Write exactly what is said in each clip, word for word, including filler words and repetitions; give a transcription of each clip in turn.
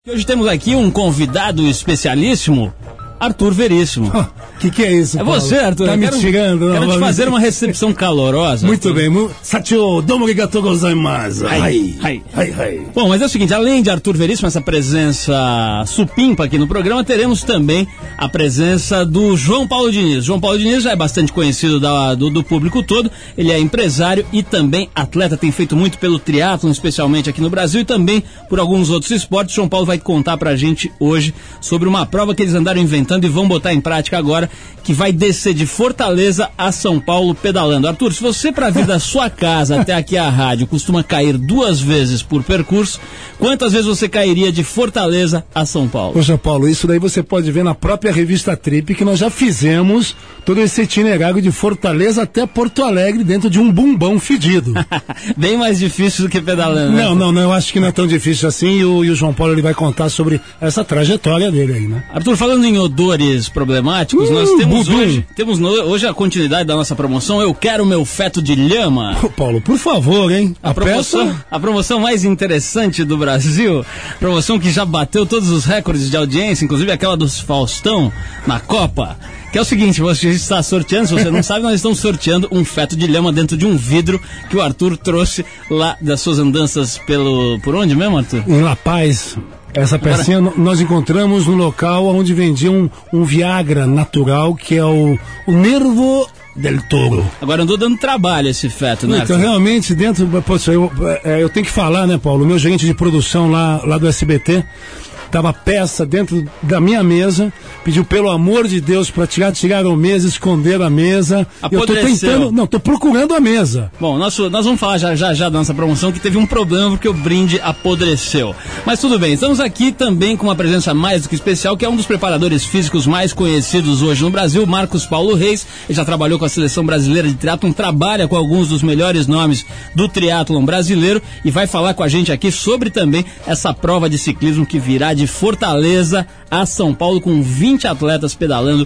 Hoje temos aqui um convidado especialíssimo, Arthur Veríssimo. O oh, que, que é isso, É Paulo? você, Arthur. Tá me quero, tirando. Quero te fazer uma recepção calorosa. Muito Arthur. bem. Sacho, domo arigatou gozaimasu. Ai, ai, ai, ai. Bom, mas é o seguinte, além de Arthur Veríssimo, essa presença supimpa aqui no programa, teremos também a presença do João Paulo Diniz. João Paulo Diniz já é bastante conhecido da, do, do público todo. Ele é empresário e também atleta, tem feito muito pelo triatlon, especialmente aqui no Brasil, e também por alguns outros esportes. João Paulo vai contar pra gente hoje sobre uma prova que eles andaram inventando e vão botar em prática agora, que vai descer de Fortaleza a São Paulo pedalando. Arthur, se você, para vir da sua casa até aqui à rádio, costuma cair duas vezes por percurso, quantas vezes você cairia de Fortaleza a São Paulo? Poxa, Paulo, isso daí você pode ver na própria revista Trip, que nós já fizemos todo esse itinerário de Fortaleza até Porto Alegre dentro de um bumbão fedido. Bem mais difícil do que pedalando, né? Não, não, não, eu acho que não é tão difícil assim, e o, e o João Paulo ele vai contar sobre essa trajetória dele aí, né? Arthur, falando em odores problemáticos, uh, nós temos hoje, temos no, hoje a continuidade da nossa promoção. Eu quero meu feto de lhama. Ô, Paulo, por favor, hein? A, a promoção, peça... a promoção mais interessante do Brasil, promoção que já bateu todos os recordes de audiência, inclusive aquela dos Faustão na Copa. Que é o seguinte, você está sorteando, se você não sabe, nós estamos sorteando um feto de lhama dentro de um vidro que o Arthur trouxe lá das suas andanças pelo... Por onde mesmo, Arthur? Em La Paz. Essa pecinha Agora... nós encontramos no local onde vendia um, um Viagra natural, que é o, o Nervo del Toro. Agora andou dando trabalho esse feto, né? Então, realmente, dentro... Poxa, eu, eu tenho que falar, né, Paulo? O meu gerente de produção lá, lá do S B T... Tava peça dentro da minha mesa, pediu pelo amor de Deus para tirar, tiraram a mesa, esconderam a mesa. Apodreceu. Eu tô tentando, não, tô procurando a mesa. Bom, nosso, nós vamos falar já, já já da nossa promoção que teve um problema porque o brinde apodreceu. Mas tudo bem, estamos aqui também com uma presença mais do que especial, que é um dos preparadores físicos mais conhecidos hoje no Brasil, Marcos Paulo Reis. Ele já trabalhou com a seleção brasileira de triatlon, trabalha com alguns dos melhores nomes do triatlon brasileiro e vai falar com a gente aqui sobre também essa prova de ciclismo que virá de de Fortaleza a São Paulo, com vinte atletas pedalando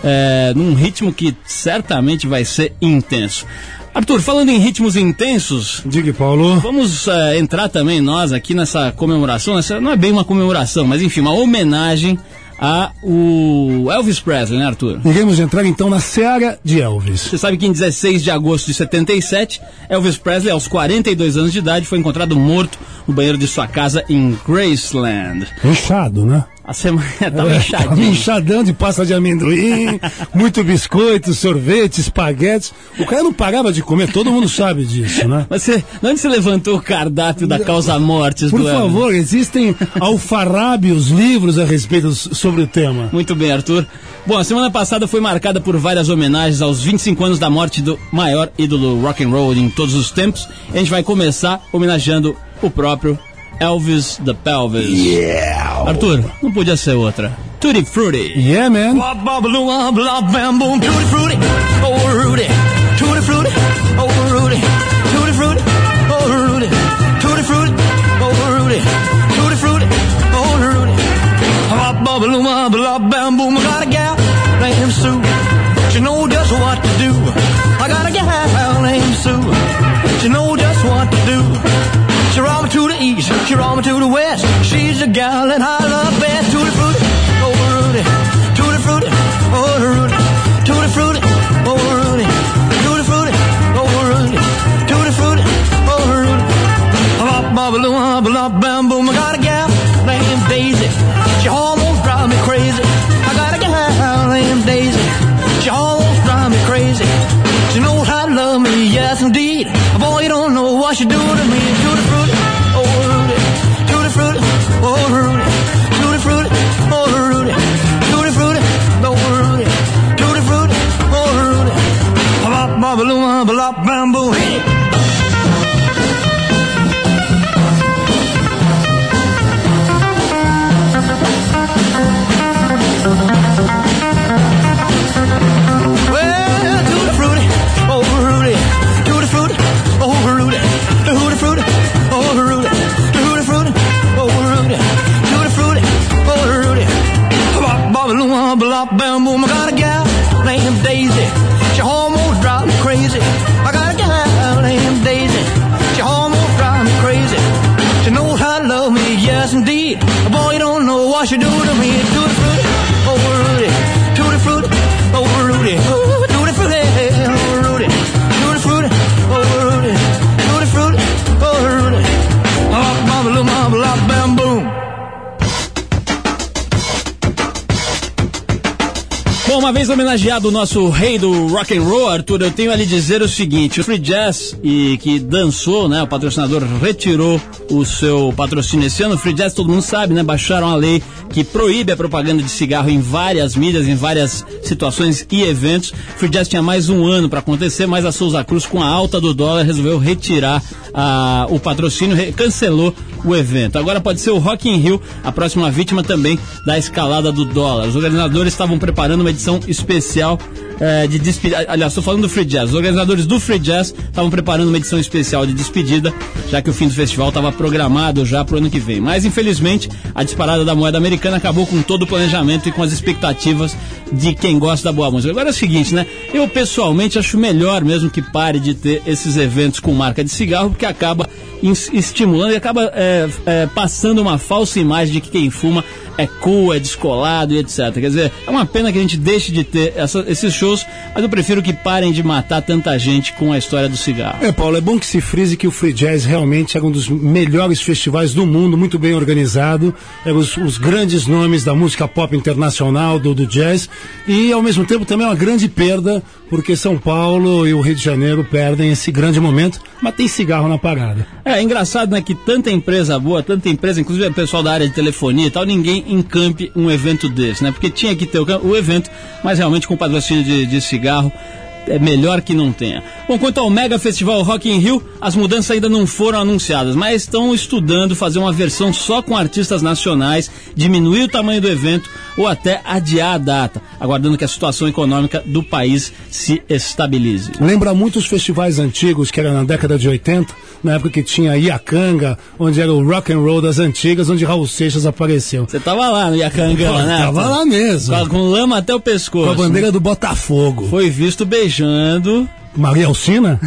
é, num ritmo que certamente vai ser intenso. Arthur, falando em ritmos intensos, diga, Paulo, vamos é, entrar também nós aqui nessa comemoração. Essa não é bem uma comemoração, mas enfim, uma homenagem a o Elvis Presley, né, Arthur? Iremos entrar então na seara de Elvis. Você sabe que em dezesseis de agosto de setenta e sete, Elvis Presley, aos quarenta e dois anos de idade, foi encontrado morto no banheiro de sua casa em Graceland. Inchado, né? A semana tava é, inchadinho. Tava inchadão de pasta de amendoim, muito biscoito, sorvete, espaguete. O cara não parava de comer, todo mundo sabe disso, né? Mas você, onde você levantou o cardápio da causa-mortes Por do Elvis? favor, existem alfarrábios, livros a respeito sobre o tema. Muito bem, Arthur. Bom, a semana passada foi marcada por várias homenagens aos vinte e cinco anos da morte do maior ídolo rock and roll em todos os tempos. A gente vai começar homenageando o próprio Elvis the Pelvis. Yeah. Arthur, não podia ser outra. Tutti Frutti. Yeah, man. Tutti Frutti, oh Rudy. Tutti Frutti, oh Rudy. Tutti Frutti, oh Rudy. Tutti Frutti, oh Rudy. Tutti Frutti, oh Rudy. I got a gal named Sue. She knows just what to do. I got a gal named Sue. She knows just what to do. She roll me to the east, she roll me to the west. She's the gal that I love best. Tutti Frutti, oh Rudy. Tutti Frutti, oh Rudy. Tutti Frutti, oh Rudy. Tutti Frutti, oh Rudy. Tutti Frutti, oh Rudy. Bop, bop, bop, bop, bam, boom. I got a gal named Daisy. She almost drives me crazy. I got a gal named Daisy. She almost drives me crazy. She knows how to love me, yes indeed. Boy, you don't know what she do to me. Tutti Frutti, oh Rudy. Tutti Frutti, oh Rudy. Tutti Frutti, oh Rudy. Tutti Frutti, oh Rudy. Tutti Frutti, oh Rudy. Bop, bop, bop, bop, bam, boom. Hey. Well, Tutti Frutti, oh Rudy. Tutti Frutti, oh Rudy. Tutti Frutti, oh Rudy. Tutti Frutti, oh Rudy. Tutti Frutti, oh Rudy. Bop, bop, bop, bop, bam, boom. I got a gal named Daisy. She almost drives me crazy. I got a gal named Daisy. She almost drives me crazy. She knows how to love me, yes indeed. Boy, you don't don't know what you do to me. Tutti frutti, oh Rudy. Tutti frutti, oh Rudy. Ooh, tutti frutti, oh Rudy. Tutti frutti, oh Rudy. Tutti frutti, oh Rudy. Oh, mama, little mama, la bam boom. Bom, uma vez homenageado o nosso rei do rock and roll, Arthur, eu tenho a lhe dizer o seguinte: o Free Jazz, e que dançou, né, o patrocinador retirou o seu patrocínio esse ano. O Free Jazz, todo mundo sabe, né, baixaram a lei que proíbe a propaganda de cigarro em várias mídias, em várias situações e eventos. O Free Jazz tinha mais um ano para acontecer, mas a Souza Cruz, com a alta do dólar, resolveu retirar a, o patrocínio, re, cancelou o evento. Agora pode ser o Rock in Rio, a próxima vítima também da escalada do dólar. Os organizadores estavam preparando uma edição especial é, de despedida. Aliás, estou falando do Free Jazz. Os organizadores do Free Jazz estavam preparando uma edição especial de despedida, já que o fim do festival estava programado já para o ano que vem. Mas, infelizmente, a disparada da moeda americana acabou com todo o planejamento e com as expectativas de quem gosta da boa música. Agora é o seguinte, né? Eu, pessoalmente, acho melhor mesmo que pare de ter esses eventos com marca de cigarro, porque acaba estimulando e acaba é, é, passando uma falsa imagem de que quem fuma é cool, é descolado e etcétera. Quer dizer, é uma pena que a gente deixe de ter essa, esses shows, mas eu prefiro que parem de matar tanta gente com a história do cigarro. É, Paulo, é bom que se frise que o Free Jazz realmente é um dos melhores festivais do mundo, muito bem organizado, é os, os grandes nomes da música pop internacional, do, do jazz, e ao mesmo tempo também é uma grande perda, porque São Paulo e o Rio de Janeiro perdem esse grande momento, mas tem cigarro na parada. É, é engraçado, né, que tanta empresa boa, tanta empresa, inclusive o pessoal da área de telefonia e tal, ninguém encampe um evento desse, né? Porque tinha que ter o, o evento, mas realmente com patrocínio de, de cigarro é melhor que não tenha. Bom, quanto ao Mega Festival Rock in Rio, as mudanças ainda não foram anunciadas, mas estão estudando fazer uma versão só com artistas nacionais, diminuir o tamanho do evento ou até adiar a data, aguardando que a situação econômica do país se estabilize. Lembra muito os festivais antigos, que era na década de oitenta, na época que tinha Iacanga, onde era o rock and roll das antigas, onde Raul Seixas apareceu. Você tava lá no Iacanga, né? Tava lá mesmo. Com, com lama até o pescoço. Com a bandeira, né, do Botafogo. Foi visto beijando Maria Alcina?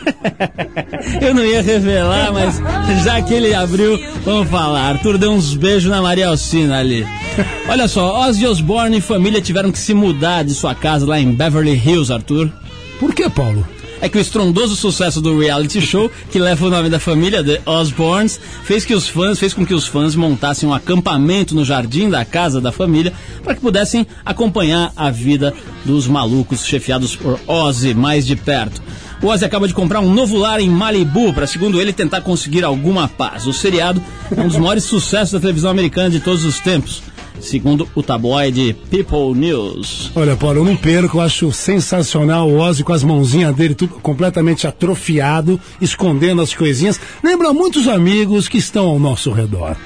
Eu não ia revelar, mas já que ele abriu, vamos falar. Arthur deu uns beijos na Maria Alcina ali. Olha só, Ozzy Osbourne e família tiveram que se mudar de sua casa lá em Beverly Hills, Arthur. Por que, Paulo? É que o estrondoso sucesso do reality show, que leva o nome da família, The Osbournes, fez, que os fãs, fez com que os fãs montassem um acampamento no jardim da casa da família para que pudessem acompanhar a vida dos malucos chefiados por Ozzy mais de perto. O Ozzy acaba de comprar um novo lar em Malibu para, segundo ele, tentar conseguir alguma paz. O seriado é um dos maiores sucessos da televisão americana de todos os tempos, segundo o tabloide People News. Olha, Paulo, eu não perco, eu acho sensacional o Ozzy com as mãozinhas dele tudo completamente atrofiado, escondendo as coisinhas. Lembra muitos amigos que estão ao nosso redor.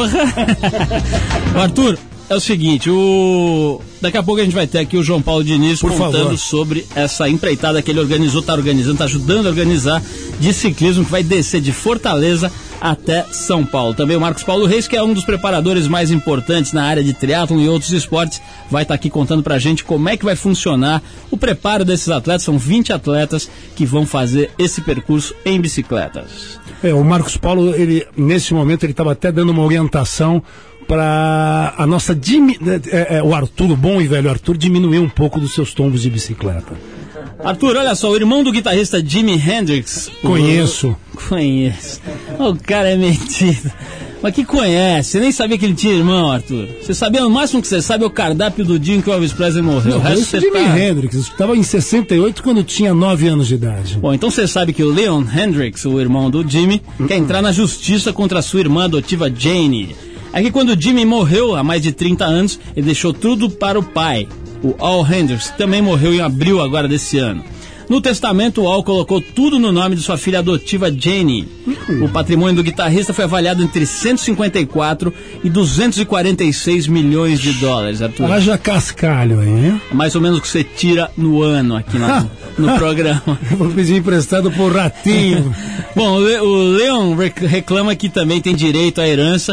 Arthur, é o seguinte, o... daqui a pouco a gente vai ter aqui o João Paulo Diniz Por contando favor. sobre essa empreitada que ele organizou, está organizando, está ajudando a organizar, de ciclismo, que vai descer de Fortaleza até São Paulo. Também o Marcos Paulo Reis, que é um dos preparadores mais importantes na área de triatlon e outros esportes, vai estar aqui contando pra gente como é que vai funcionar o preparo desses atletas. São vinte atletas que vão fazer esse percurso em bicicletas. É, o Marcos Paulo, ele, nesse momento, ele estava até dando uma orientação para a nossa dimi- é, é, o Arthur, o bom e velho Arthur, diminuir um pouco dos seus tombos de bicicleta. Arthur, olha só, o irmão do guitarrista Jimi Hendrix... Conheço. O... Conheço. O cara é metido. Mas que conhece? Você nem sabia que ele tinha irmão, Arthur. Você sabia, no máximo que você sabe é o cardápio do dia em que o Elvis Presley morreu. Não, o resto esse Jimi tá... Hendrix estava em sessenta e oito quando tinha nove anos de idade. Bom, então você sabe que o Leon Hendrix, o irmão do Jimi, uh-uh. quer entrar na justiça contra a sua irmã adotiva Janie. É que quando o Jimi morreu, há mais de trinta anos, ele deixou tudo para o pai, o Al Hendrix, que também morreu em abril agora desse ano. No testamento, o Al colocou tudo no nome de sua filha adotiva Janie. Uhum. O patrimônio do guitarrista foi avaliado entre cento e cinquenta e quatro e duzentos e quarenta e seis milhões de dólares, Arthur. Haja cascalho aí, hein? É mais ou menos o que você tira no ano aqui na, no programa. Vou pedir emprestado por Ratinho. Bom, o Leon reclama que também tem direito à herança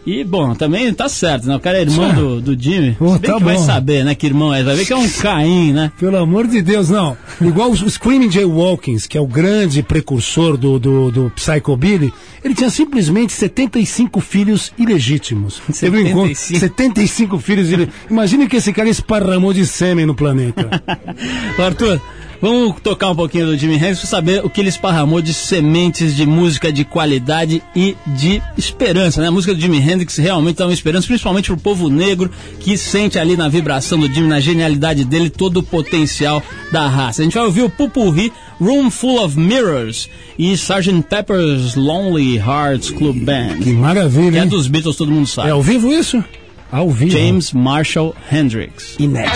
E, bom, também tá certo, né? O cara é irmão Sim. do, do Jimmy. Oh, Se bem tá que vai bom. saber, né? Que irmão é. Vai ver que é um Caim, né? Pelo amor de Deus, não. Igual o Screaming Jay Watkins, que é o grande precursor do, do, do Psychobilly, ele tinha simplesmente setenta e cinco filhos ilegítimos. Teve um encontro, setenta e cinco filhos ilegítimos. Imagine que esse cara esparramou de sêmen no planeta. Arthur, vamos tocar um pouquinho do Jimi Hendrix para saber o que ele esparramou de sementes de música de qualidade e de esperança, né? A música do Jimi Hendrix realmente é uma esperança, principalmente pro povo negro, que sente ali na vibração do Jimi, na genialidade dele, todo o potencial da raça. A gente vai ouvir o Pupurri, Room Full of Mirrors e sergeant Pepper's Lonely Hearts Club Band. Que maravilha, Que é hein? dos Beatles, todo mundo sabe. É ao vivo isso? Ao vivo. James Marshall Hendrix. Inédito.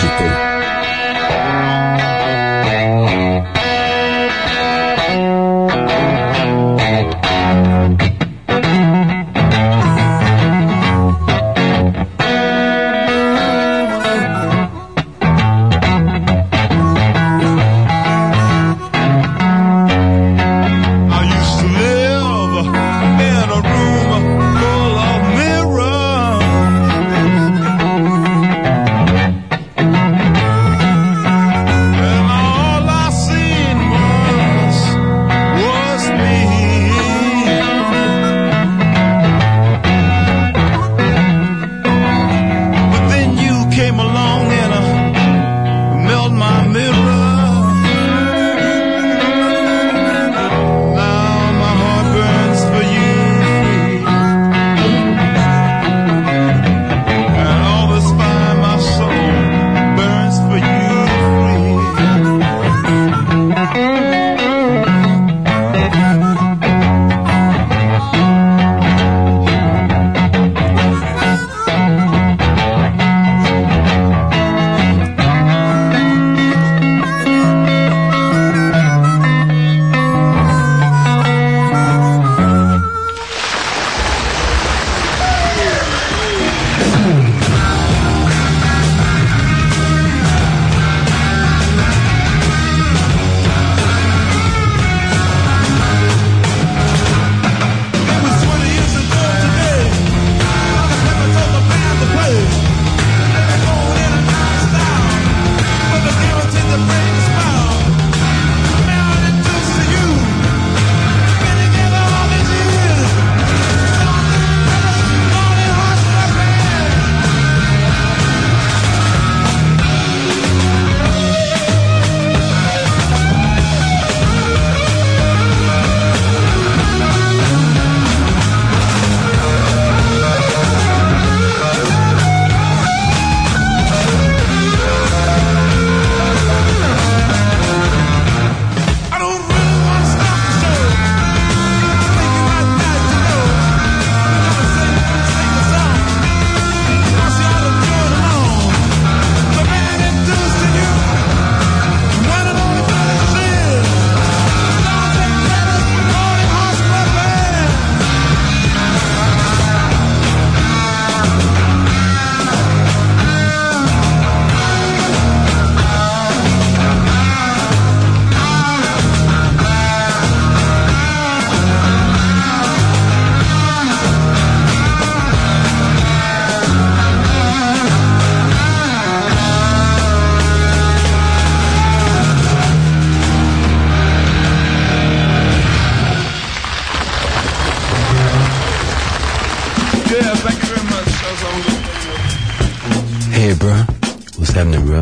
Hey, bro. What's happening, bro?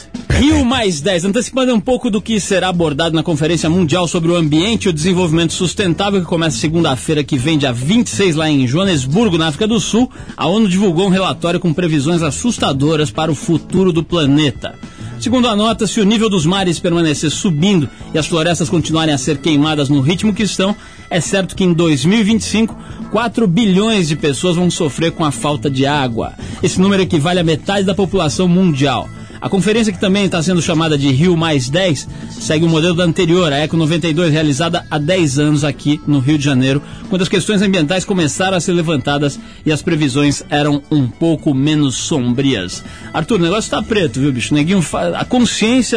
Rio mais dez, antecipando um pouco do que será abordado na Conferência Mundial sobre o Ambiente e o Desenvolvimento Sustentável, que começa segunda-feira que vem, dia vinte e seis, lá em Joanesburgo, na África do Sul. A ONU divulgou um relatório com previsões assustadoras para o futuro do planeta. Segundo a nota, se o nível dos mares permanecer subindo e as florestas continuarem a ser queimadas no ritmo que estão, é certo que em dois mil e vinte e cinco, quatro bilhões de pessoas vão sofrer com a falta de água. Esse número equivale a metade da população mundial. A conferência, que também está sendo chamada de Rio mais dez, segue o modelo da anterior, a Eco noventa e dois, realizada há dez anos aqui no Rio de Janeiro, quando as questões ambientais começaram a ser levantadas e as previsões eram um pouco menos sombrias. Arthur, o negócio está preto, viu, bicho? Neguinho fa... A consciência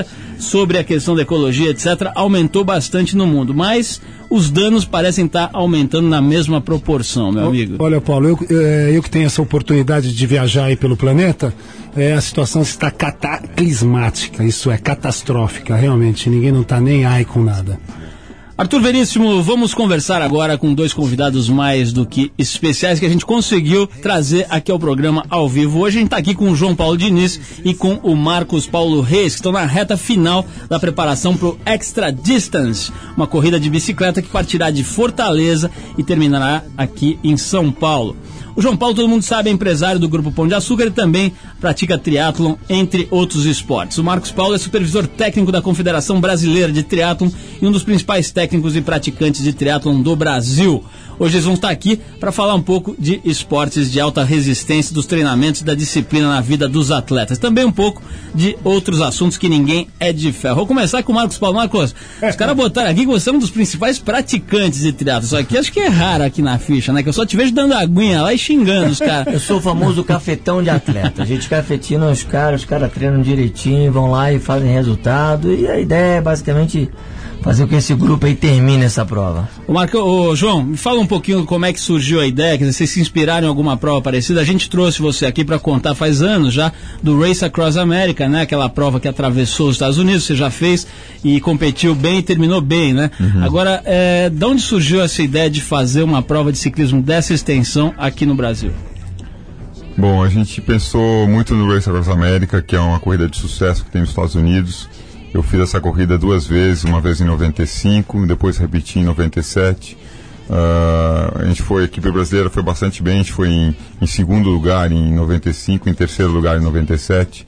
sobre a questão da ecologia, etcétera, aumentou bastante no mundo, mas os danos parecem estar aumentando na mesma proporção, meu amigo. Olha, Paulo, eu, eu que tenho essa oportunidade de viajar aí pelo planeta, é, a situação está cataclismática, isso é, catastrófica, realmente, ninguém não está nem aí com nada. Arthur Veríssimo, vamos conversar agora com dois convidados mais do que especiais que a gente conseguiu trazer aqui ao programa ao vivo. Hoje a gente está aqui com o João Paulo Diniz e com o Marcos Paulo Reis, que estão na reta final da preparação para o Extra Distance, uma corrida de bicicleta que partirá de Fortaleza e terminará aqui em São Paulo. O João Paulo, todo mundo sabe, é empresário do Grupo Pão de Açúcar e também pratica triatlon, entre outros esportes. O Marcos Paulo é supervisor técnico da Confederação Brasileira de Triatlon e um dos principais técnicos e praticantes de triatlon do Brasil. Hoje eles vão estar aqui para falar um pouco de esportes de alta resistência, dos treinamentos e da disciplina na vida dos atletas. Também um pouco de outros assuntos que ninguém é de ferro. Vou começar com o Marcos Paulo. Marcos, os caras botaram aqui que você é um dos principais praticantes de triatlon. Isso aqui acho que é raro aqui na ficha, né? Que eu só te vejo dando aguinha lá e xingando os caras. Eu sou o famoso cafetão de atleta. A gente cafetina os caras, os caras treinam direitinho, vão lá e fazem resultado. E a ideia é basicamente fazer com que esse grupo aí termine essa prova. O Marco, o João, me fala um pouquinho como é que surgiu a ideia, quer dizer, vocês se inspiraram em alguma prova parecida? A gente trouxe você aqui para contar faz anos já do Race Across America, né? Aquela prova que atravessou os Estados Unidos, você já fez e competiu bem e terminou bem, né? Uhum. Agora, é, de onde surgiu essa ideia de fazer uma prova de ciclismo dessa extensão aqui no Brasil? Bom, a gente pensou muito no Race Across America, que é uma corrida de sucesso que tem nos Estados Unidos. Eu fiz essa corrida duas vezes, uma vez em noventa e cinco, depois repeti em noventa e sete. Uh, a gente foi, a equipe brasileira foi bastante bem, a gente foi em, em segundo lugar em noventa e cinco, em terceiro lugar em noventa e sete.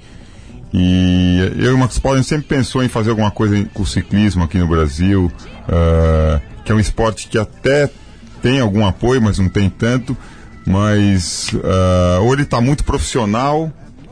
E eu e o Marcos Paulo, a gente sempre pensou em fazer alguma coisa com o ciclismo aqui no Brasil, uh, que é um esporte que até tem algum apoio, mas não tem tanto, mas uh, ou ele está muito profissional,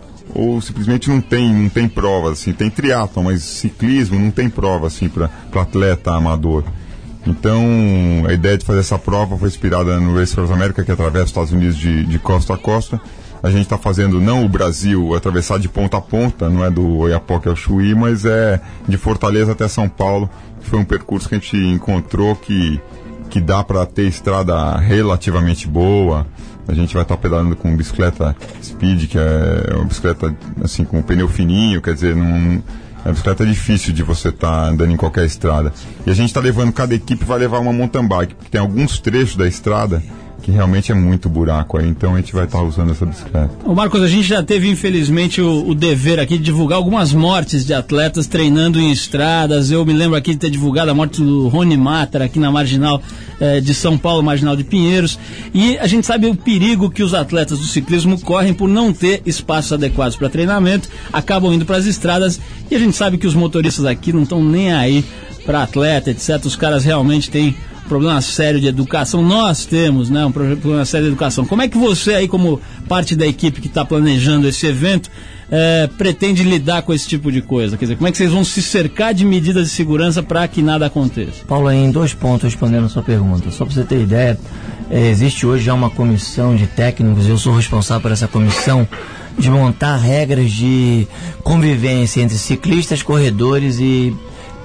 ou simplesmente não tem, não tem prova, assim, tem triatlon, mas ciclismo não tem prova, assim, para atleta amador. Então, a ideia de fazer essa prova foi inspirada no Race Across America, que atravessa os Estados Unidos de, de costa a costa. A gente está fazendo, não o Brasil atravessar de ponta a ponta, não é do Oiapoque ao Chuí, mas é de Fortaleza até São Paulo, que foi um percurso que a gente encontrou que, que dá para ter estrada relativamente boa. A gente vai estar pedalando com bicicleta Speed, que é uma bicicleta assim com pneu fininho, quer dizer, não, é uma bicicleta difícil de você estar andando em qualquer estrada. E a gente está levando, cada equipe vai levar uma mountain bike, porque tem alguns trechos da estrada que realmente é muito buraco aí, então a gente vai estar usando essa bicicleta. Ô Marcos, a gente já teve infelizmente o, o dever aqui de divulgar algumas mortes de atletas treinando em estradas. Eu me lembro aqui de ter divulgado a morte do Rony Matra aqui na Marginal eh, de São Paulo, Marginal de Pinheiros, e a gente sabe o perigo que os atletas do ciclismo correm por não ter espaços adequados para treinamento, acabam indo para as estradas, e a gente sabe que os motoristas aqui não estão nem aí para atleta, etcétera. Os caras realmente têm problema sério de educação. Nós temos, né, um problema sério de educação. Como é que você aí, como parte da equipe que está planejando esse evento, é, pretende lidar com esse tipo de coisa? Quer dizer, como é que vocês vão se cercar de medidas de segurança para que nada aconteça? Paulo, em dois pontos respondendo a sua pergunta. Só para você ter ideia, é, existe hoje já uma comissão de técnicos, eu sou responsável por essa comissão, de montar regras de convivência entre ciclistas, corredores e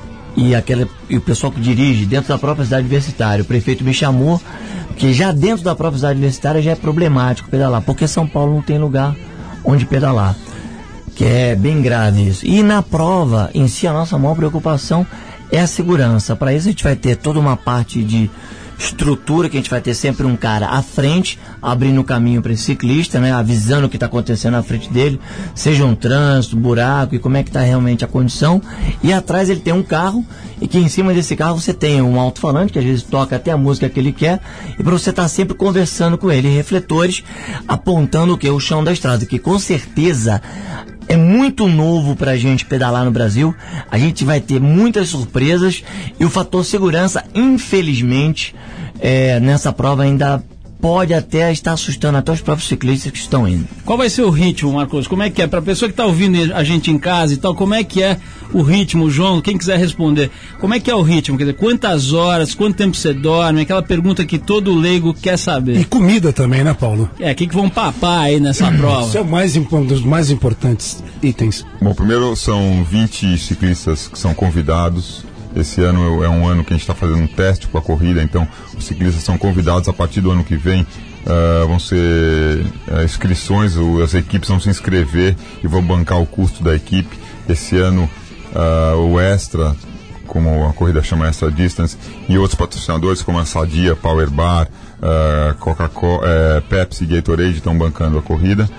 E, aquela, e o pessoal que dirige dentro da própria cidade universitária. O prefeito me chamou, porque já dentro da própria cidade universitária já é problemático pedalar, porque São Paulo não tem lugar onde pedalar, que é bem grave isso. E na prova em si, a nossa maior preocupação é a segurança. Para isso a gente vai ter toda uma parte de estrutura, que a gente vai ter sempre um cara à frente, abrindo o caminho para esse ciclista, né, avisando o que está acontecendo na frente dele, seja um trânsito, buraco e como é que está realmente a condição. E atrás ele tem um carro, e que em cima desse carro você tem um alto-falante, que às vezes toca até a música que ele quer, e para você estar tá sempre conversando com ele, e refletores apontando o que? O chão da estrada, que com certeza é muito novo pra gente pedalar no Brasil. A gente vai ter muitas surpresas, e o fator segurança, infelizmente, é, nessa prova ainda pode até estar assustando até os próprios ciclistas que estão indo. Qual vai ser o ritmo, Marcos? Como é que é? Para a pessoa que está ouvindo a gente em casa e tal, como é que é o ritmo, João? Quem quiser responder, como é que é o ritmo? Quer dizer, quantas horas, quanto tempo você dorme? Aquela pergunta que todo leigo quer saber. E comida também, né, Paulo? É, o que, que vão papar aí nessa prova? Isso é o mais, um dos mais importantes itens. Bom, primeiro são vinte ciclistas que são convidados. Esse ano é um ano que a gente está fazendo um teste com a corrida, então os ciclistas são convidados a partir do ano que vem. Uh, vão ser uh, inscrições, o, as equipes vão se inscrever e vão bancar o custo da equipe. Esse ano uh, o Extra, como a corrida chama Extra Distance, e outros patrocinadores como a Sadia, Power Bar, uh, Coca-Cola, uh, Pepsi e Gatorade estão bancando a corrida.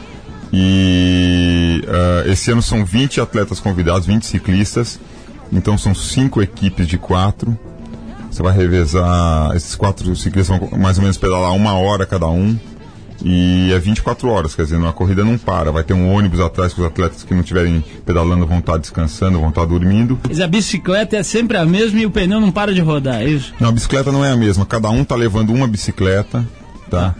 E uh, esse ano são vinte atletas convidados, vinte ciclistas, então são cinco equipes de quatro. Você vai revezar, esses quatro ciclistas vão mais ou menos pedalar uma hora cada um, e é vinte e quatro horas, quer dizer, a corrida não para, vai ter um ônibus atrás que os atletas que não estiverem pedalando vão estar descansando, vão estar dormindo. Mas a bicicleta é sempre a mesma e o pneu não para de rodar, é isso? Não, a bicicleta não é a mesma, cada um está levando uma bicicleta, tá?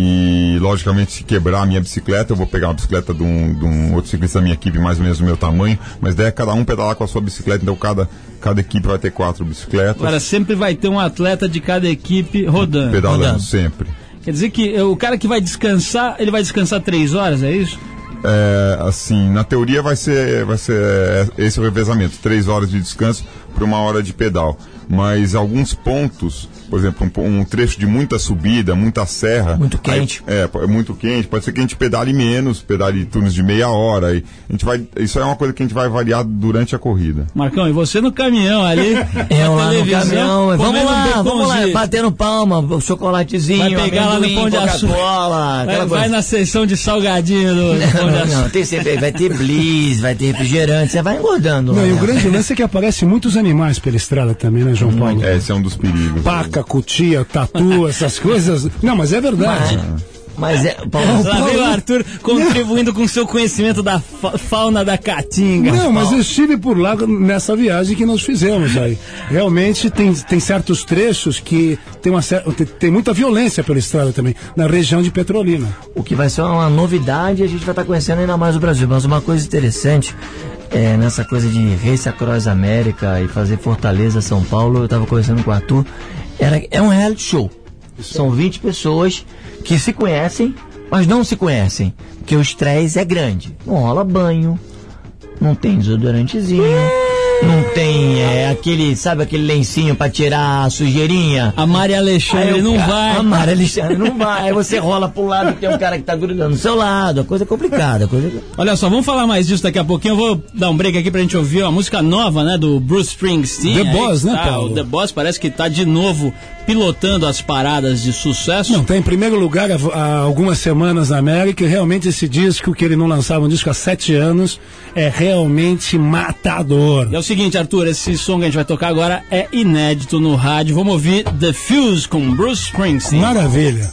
E logicamente se quebrar a minha bicicleta, eu vou pegar uma bicicleta de um, de um outro ciclista da minha equipe, mais ou menos do meu tamanho, mas daí é cada um pedalar com a sua bicicleta, então cada, cada equipe vai ter quatro bicicletas. Agora sempre vai ter um atleta de cada equipe rodando. Pedalando rodando. sempre. Quer dizer que o cara que vai descansar, ele vai descansar três horas, é isso? É, assim, na teoria vai ser, vai ser esse é o revezamento, três horas de descanso por uma hora de pedal. Mas alguns pontos, por exemplo, um, um trecho de muita subida, muita serra. Muito quente. Aí, é, é muito quente. Pode ser que a gente pedale menos, pedale turnos de meia hora. E a gente vai, isso é uma coisa que a gente vai variar durante a corrida. Marcão, e você no caminhão ali? Eu lá no caminhão. Vamos lá, um vamos lá, batendo palma, chocolatezinho, vai pegar amendoim, lá no Pão de Açúcar. Coca-Cola. Vai, vai na seção de salgadinho do, do Pão de Açúcar. Não, tem sempre, vai ter bliss, vai ter refrigerante, você vai engordando. Não, lá, e o né? grande lance é que aparecem muitos animais pela estrada também, né, João Paulo? É, esse é um dos perigos. Paca, cutia, tatu, essas coisas. Não, mas é verdade. Mas, mas é, Paulo, Lá veio o Arthur contribuindo com o seu conhecimento da fa fauna da caatinga. Não, mas eu estive por lá nessa viagem que nós fizemos aí. Realmente tem, tem certos trechos que tem, uma, tem, tem muita violência pela estrada também, na região de Petrolina. o que vai ser uma novidade, a gente vai estar conhecendo ainda mais o Brasil. Mas uma coisa interessante, é, nessa coisa de Race Across América e fazer Fortaleza, São Paulo, eu estava conversando com o Arthur, era, é um reality show. São vinte pessoas que se conhecem, mas não se conhecem, porque o estresse é grande. Não rola banho, não tem desodorantezinho, não tem é, aquele, sabe, aquele lencinho pra tirar a sujeirinha. A Maria Alexandre Aí o não cara- vai. A Maria Alexandre não vai. Aí você rola pro lado, tem um cara que tá grudando do seu lado. A coisa é complicada. A coisa... Olha só, vamos falar mais disso daqui a pouquinho. Eu vou dar um break aqui pra gente ouvir uma música nova, né, do Bruce Springsteen. The Aí Boss, né, tá, Paulo? O The Boss parece que tá de novo pilotando as paradas de sucesso. Não, tá em primeiro lugar há, há algumas semanas na América, e realmente esse disco, que ele não lançava um disco há sete anos, é realmente matador. E é o seguinte, Arthur, esse som que a gente vai tocar agora é inédito no rádio. Vamos ouvir The Fuse com Bruce Springsteen. Maravilha.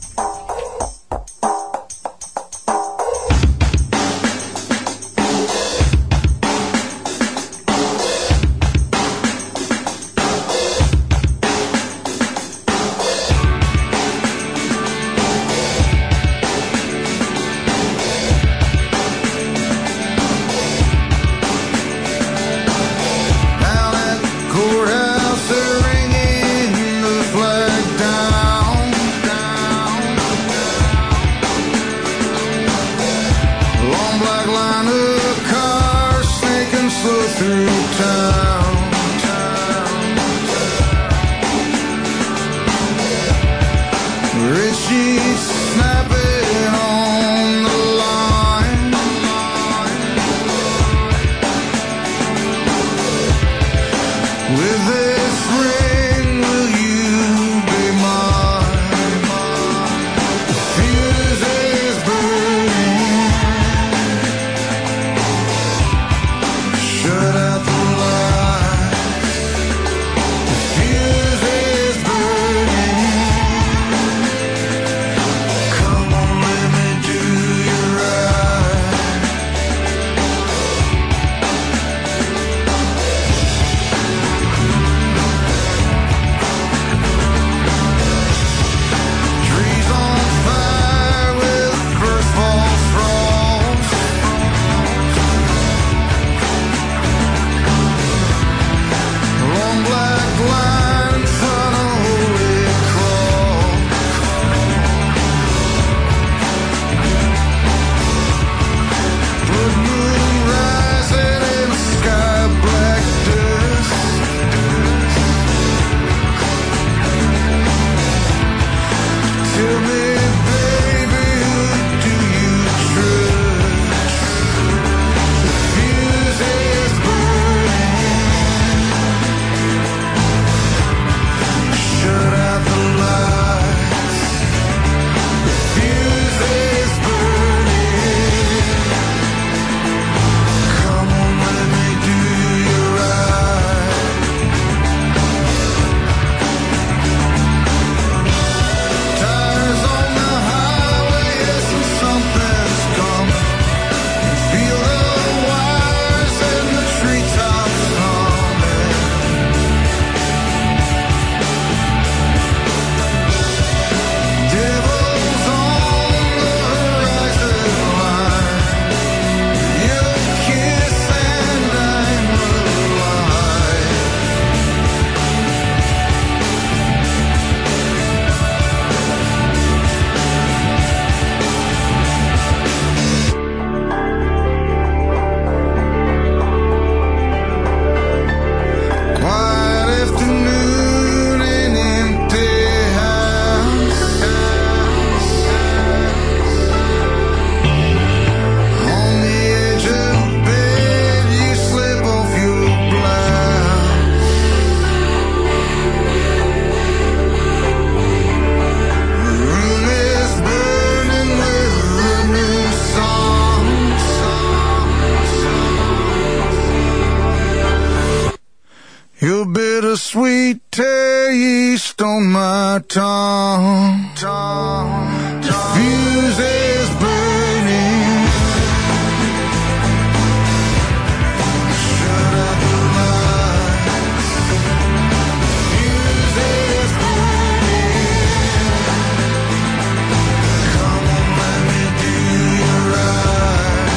Down at the courthouse, they're ringing the flag down, down, down. Long black line of cars snaking slow through town, town, town. Richie snapping on the line, line. With this ring, will you be mine? The fuse is burning. Shut out the light. taste on my tongue. The fuse is burning. Shut up the lights. Fuse is burning. Come on, let me do you right.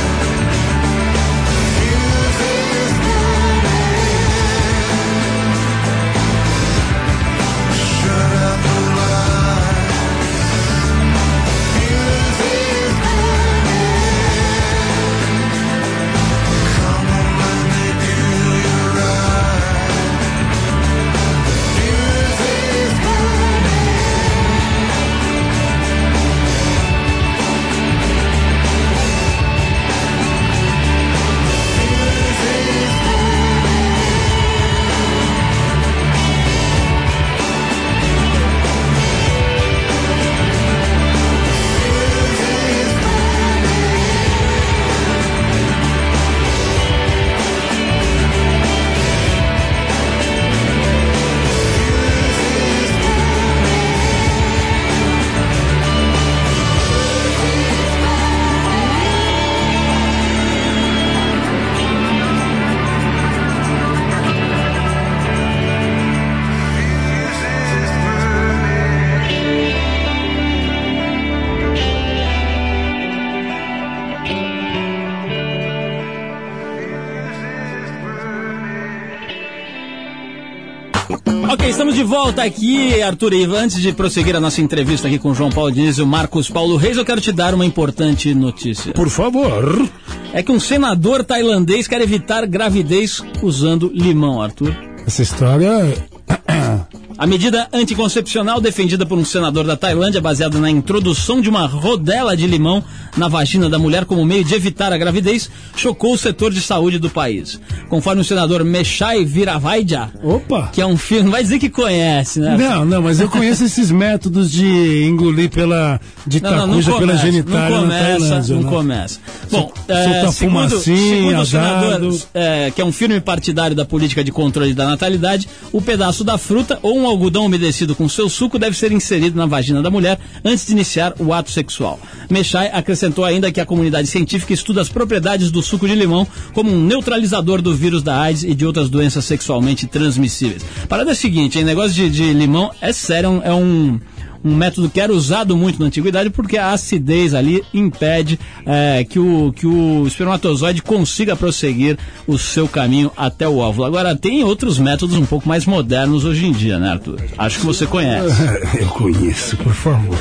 Fuse is burning. Shut up the lights. Fuse is burning. Come on, let me do you right. Fuse is burning. Ok, estamos de volta aqui, Arthur Iva. Antes de prosseguir a nossa entrevista aqui com o João Paulo Diniz e o Marcos Paulo Reis, eu quero te dar uma importante notícia. Por favor. É que um senador tailandês quer evitar gravidez usando limão, Arthur. Essa história... A medida anticoncepcional defendida por um senador da Tailândia, baseada na introdução de uma rodela de limão na vagina da mulher como meio de evitar a gravidez, chocou o setor de saúde do país. Conforme o senador Mechai Viravaidya, Opa! que é um filme, não vai dizer que conhece, né? Não, não, mas eu conheço esses métodos de engolir pela... de Não, não, não tacuja pela começa, genitália não na começa, Tailândia, não né? começa. Bom, Sol- é, solta segundo, fumacinha, segundo o senador, dado. é, que é um firme partidário da política de controle da natalidade, o pedaço da fruta ou um algodão umedecido com seu suco deve ser inserido na vagina da mulher antes de iniciar o ato sexual. Mechai acrescentou ainda que a comunidade científica estuda as propriedades do suco de limão como um neutralizador do vírus da AIDS e de outras doenças sexualmente transmissíveis. A parada é a seguinte, hein, negócio de, de limão é sério, é um... um método que era usado muito na antiguidade porque a acidez ali impede é, que, o, que o espermatozoide consiga prosseguir o seu caminho até o óvulo. Agora, tem outros métodos um pouco mais modernos hoje em dia, né, Arthur? Acho que você conhece. Eu conheço, por favor.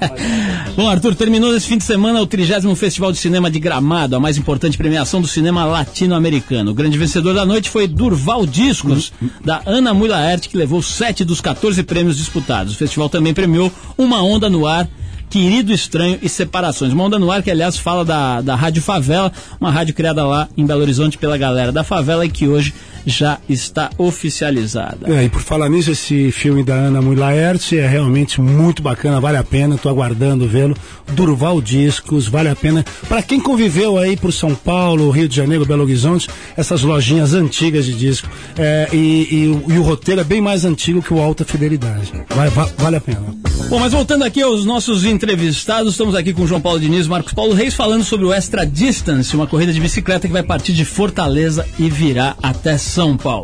Bom, Arthur, terminou nesse fim de semana o trigésimo Festival de Cinema de Gramado, a mais importante premiação do cinema latino-americano. O grande vencedor da noite foi Durval Discos, da Ana Mui Laerte, que levou sete dos quatorze prêmios disputados. O festival também premiou Uma Onda no Ar, Querido Estranho e Separações. Uma Onda no Ar que, aliás, fala da, da Rádio Favela, uma rádio criada lá em Belo Horizonte pela galera da favela e que hoje já está oficializada. É, e por falar nisso, esse filme da Ana Mui Laerte é realmente muito bacana, vale a pena, tô aguardando vê-lo. Durval Discos, vale a pena. Para quem conviveu aí por São Paulo, Rio de Janeiro, Belo Horizonte, essas lojinhas antigas de disco, é, e, e, e o roteiro é bem mais antigo que o Alta Fidelidade. Vai, va, vale a pena. Bom, mas voltando aqui aos nossos entrevistados, estamos aqui com o João Paulo Diniz e Marcos Paulo Reis falando sobre o Extra Distance, uma corrida de bicicleta que vai partir de Fortaleza e virá até São Paulo.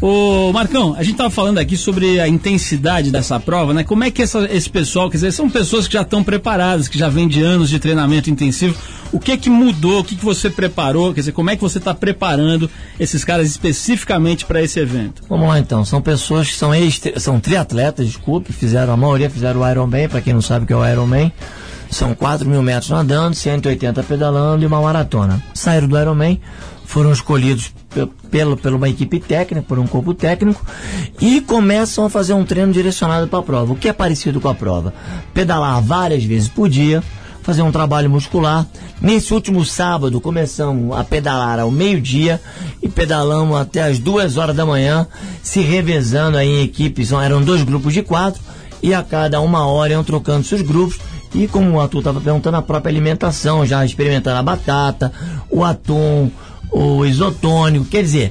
Ô Marcão, a gente estava falando aqui sobre a intensidade dessa prova, né? Como é que essa, esse pessoal, quer dizer, são pessoas que já estão preparadas, que já vêm de anos de treinamento intensivo. O que é que mudou? O que, que você preparou? Quer dizer, como é que você está preparando esses caras especificamente para esse evento? Vamos lá então, são pessoas que são, ex, são triatletas, desculpe, fizeram, a maioria fizeram o Ironman, para quem não sabe o que é o Ironman. São quatro mil metros nadando, cento e oitenta pedalando e uma maratona. Saíram do Ironman, foram escolhidos pelo, pela uma equipe técnica, por um corpo técnico, e começam a fazer um treino direcionado para a prova. O que é parecido com a prova? Pedalar várias vezes por dia, fazer um trabalho muscular. Nesse último sábado começamos a pedalar ao meio-dia e pedalamos até as duas horas da manhã, se revezando aí em equipes. Eram dois grupos de quatro e a cada uma hora iam trocando seus grupos. E como o Arthur estava perguntando, a própria alimentação, já experimentando a batata, o atum, o isotônico, quer dizer,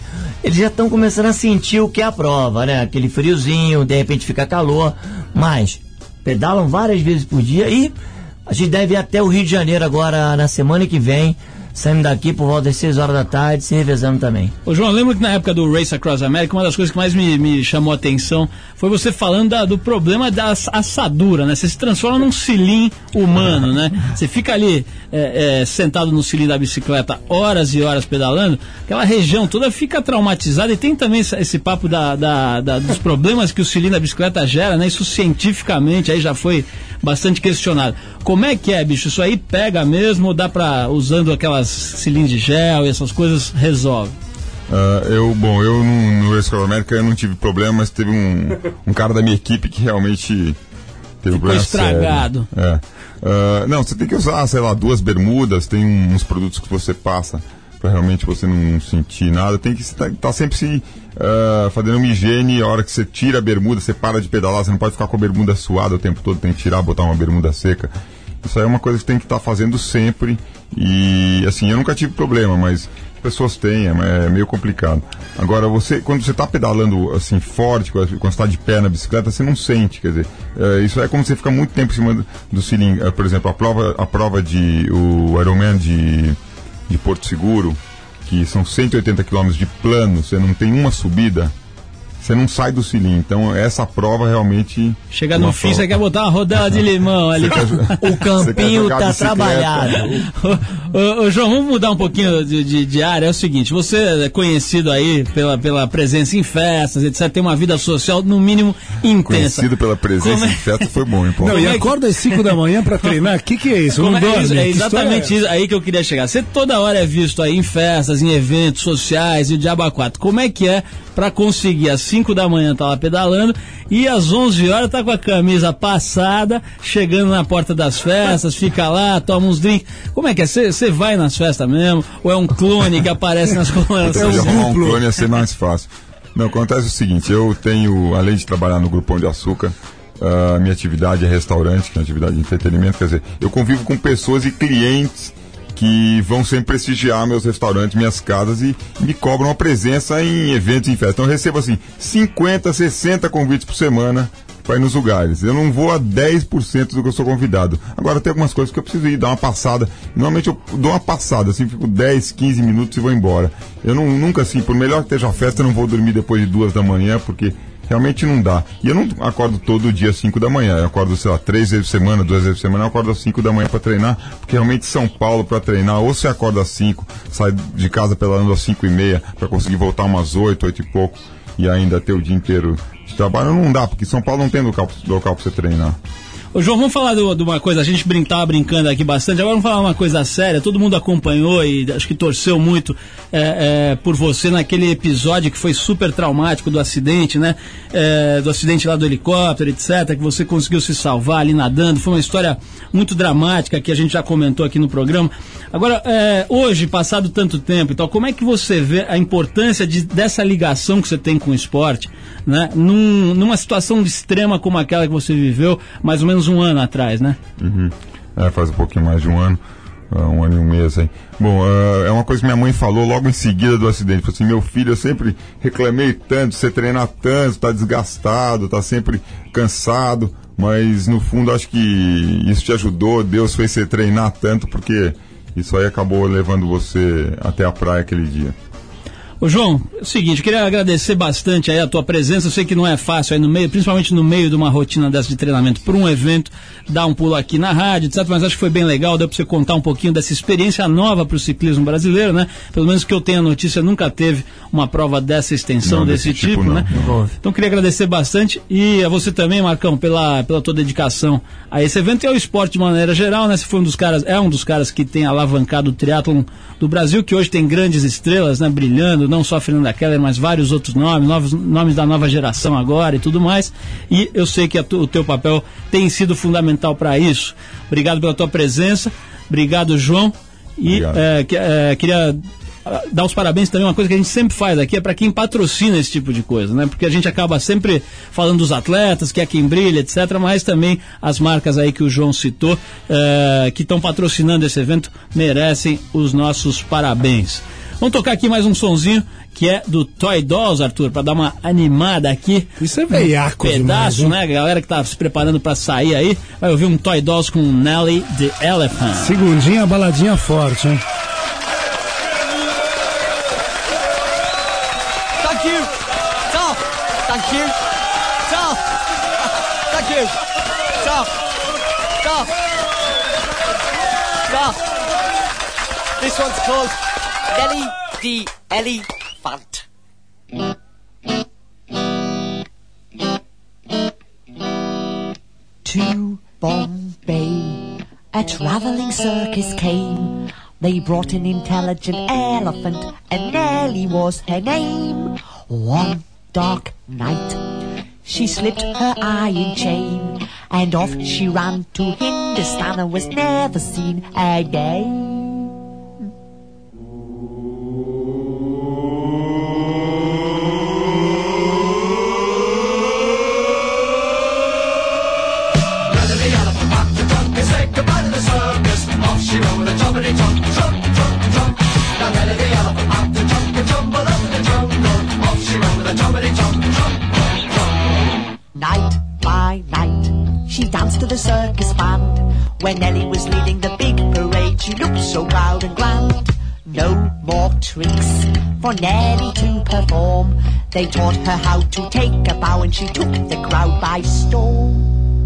eles já estão começando a sentir o que é a prova, né? Aquele friozinho, de repente fica calor, mas pedalam várias vezes por dia e a gente deve ir até o Rio de Janeiro agora na semana que vem, saindo daqui por volta das seis horas da tarde, se revezando também. Ô João, eu lembro que na época do Race Across America, uma das coisas que mais me, me chamou a atenção foi você falando da, do problema da assadura, né? Você se transforma num cilim humano, né? Você fica ali é, é, sentado no cilim da bicicleta horas e horas pedalando, aquela região toda fica traumatizada, e tem também esse, esse papo da, da, da, dos problemas que o cilim da bicicleta gera, né? Isso cientificamente aí já foi bastante questionado. Como é que é, bicho? Isso aí pega mesmo ou dá pra, usando aquelas cilindros de gel e essas coisas, resolve? Uh, eu, bom, eu no, no Race Across America eu não tive problema, mas teve um, um cara da minha equipe que realmente teve um problema estragado. sério. É. Uh, não, você tem que usar, sei lá, duas bermudas, tem uns produtos que você passa pra realmente você não sentir nada. Tem que estar tá, tá sempre se uh, fazendo uma higiene. A hora que você tira a bermuda, você para de pedalar, você não pode ficar com a bermuda suada o tempo todo, tem que tirar, botar uma bermuda seca. Isso aí é uma coisa que tem que estar tá fazendo sempre. E assim, eu nunca tive problema, mas pessoas têm, é, é meio complicado. Agora, você, quando você está pedalando assim forte, quando você está de pé na bicicleta, você não sente, quer dizer, é, isso é como você fica muito tempo em cima do, do cilindro. É, por exemplo, a prova, a prova de o Ironman de de Porto Seguro, que são cento e oitenta quilômetros de plano, você não tem uma subida, você não sai do cilindro. Então essa prova realmente... Chega no fim, você quer botar uma rodela de limão ali. O campinho tá bicicleta. Trabalhado. ô, ô, ô, João, vamos mudar um pouquinho de, de, de área. É o seguinte, você é conhecido aí pela, pela presença em festas, etcétera. Tem uma vida social, no mínimo, intensa. Conhecido pela presença é... em festa foi bom, hein, Paulo? Não, e acorda às cinco da manhã pra treinar? O que que é isso? Não Como dorme? É, é Que exatamente história é isso aí que eu queria chegar. Você toda hora é visto aí em festas, em eventos sociais e o diabo a quatro. Como é que é pra conseguir às cinco da manhã tá lá pedalando e às onze horas tá com a camisa passada, chegando na porta das festas, fica lá, toma uns drinks? Como é que é? Você vai nas festas mesmo? Ou é um clone que aparece nas colunas? Se arrumar um clone ia ser mais fácil. Não, acontece o seguinte, eu tenho, além de trabalhar no Grupão de Açúcar, a uh, minha atividade é restaurante, que é uma atividade de entretenimento, quer dizer, eu convivo com pessoas e clientes que vão sempre prestigiar meus restaurantes, minhas casas e me cobram uma presença em eventos, em festas. Então eu recebo assim, cinquenta, sessenta convites por semana para ir nos lugares. Eu não vou a dez por cento do que eu sou convidado. Agora tem algumas coisas que eu preciso ir, dar uma passada. Normalmente eu dou uma passada, assim, fico dez, quinze minutos e vou embora. Eu não, nunca assim, por melhor que esteja a festa, eu não vou dormir depois de duas da manhã, porque realmente não dá. E eu não acordo todo dia às cinco da manhã. Eu acordo, sei lá, três vezes por semana, duas vezes por semana, eu acordo às cinco da manhã para treinar, porque realmente São Paulo para treinar, ou você acorda às cinco, sai de casa pedalando às cinco e meia para conseguir voltar umas oito, oito e pouco e ainda ter o dia inteiro de trabalho, não dá, porque São Paulo não tem local, local para você treinar. Ô João, vamos falar de uma coisa, a gente estava brincando aqui bastante, agora vamos falar uma coisa séria. Todo mundo acompanhou e acho que torceu muito é, é, por você naquele episódio que foi super traumático do acidente, né? É, do acidente lá do helicóptero, etcétera, que você conseguiu se salvar ali nadando. Foi uma história muito dramática que a gente já comentou aqui no programa. Agora, é, hoje, passado tanto tempo e tal, como é que você vê a importância de, dessa ligação que você tem com o esporte, né? Num, numa situação extrema como aquela que você viveu, mais ou menos um ano atrás, né? Uhum. É, faz um pouquinho mais de um ano, uh, um ano e um mês aí. Bom, uh, é uma coisa que minha mãe falou logo em seguida do acidente. Falou assim, meu filho, eu sempre reclamei tanto, você treina tanto, tá desgastado, tá sempre cansado, mas no fundo acho que isso te ajudou, Deus fez você treinar tanto, porque isso aí acabou levando você até a praia aquele dia. Ô João, é o seguinte, eu queria agradecer bastante aí a tua presença. Eu sei que não é fácil aí no meio, principalmente no meio de uma rotina dessa de treinamento por um evento, dar um pulo aqui na rádio, etcétera. Mas acho que foi bem legal, deu pra você contar um pouquinho dessa experiência nova pro ciclismo brasileiro, né? Pelo menos que eu tenha notícia, nunca teve uma prova dessa extensão, não, desse, desse tipo, tipo né? Não. Então queria agradecer bastante e a você também, Marcão, pela, pela tua dedicação a esse evento e ao esporte de maneira geral, né? Você foi um dos caras, é um dos caras que tem alavancado o triatlon do Brasil, que hoje tem grandes estrelas, né? Brilhando, não só a Fernanda Keller, mas vários outros nomes, novos nomes da nova geração agora e tudo mais. E eu sei que a tu, o teu papel tem sido fundamental para isso. Obrigado pela tua presença, obrigado, João. E é, que, é, queria dar os parabéns também. Uma coisa que a gente sempre faz aqui é para quem patrocina esse tipo de coisa, né? Porque a gente acaba sempre falando dos atletas, que é quem brilha, etcétera. Mas também as marcas aí que o João citou, é, que estão patrocinando esse evento, merecem os nossos parabéns. Vamos tocar aqui mais um sonzinho que é do Toy Dolls, Arthur, pra dar uma animada aqui. Isso é veiaco Pedaço, demais, hein? né? A galera que tá se preparando pra sair aí, vai ouvir um Toy Dolls com Nelly the Elephant. Segundinha, baladinha forte, hein? Thank you. Top. Thank you. Top. Thank you. Top. Top. Top. This one's called Nelly the Elephant. To Bombay, a travelling circus came. They brought an intelligent elephant, and Nelly was her name. One dark night, she slipped her iron chain, and off she ran to Hindustan and was never seen again. Night by night, she danced to the circus band. When Nelly was leading the big parade, she looked so proud and grand. No more tricks for Nelly to perform. They taught her how to take a bow, and she took the crowd by storm.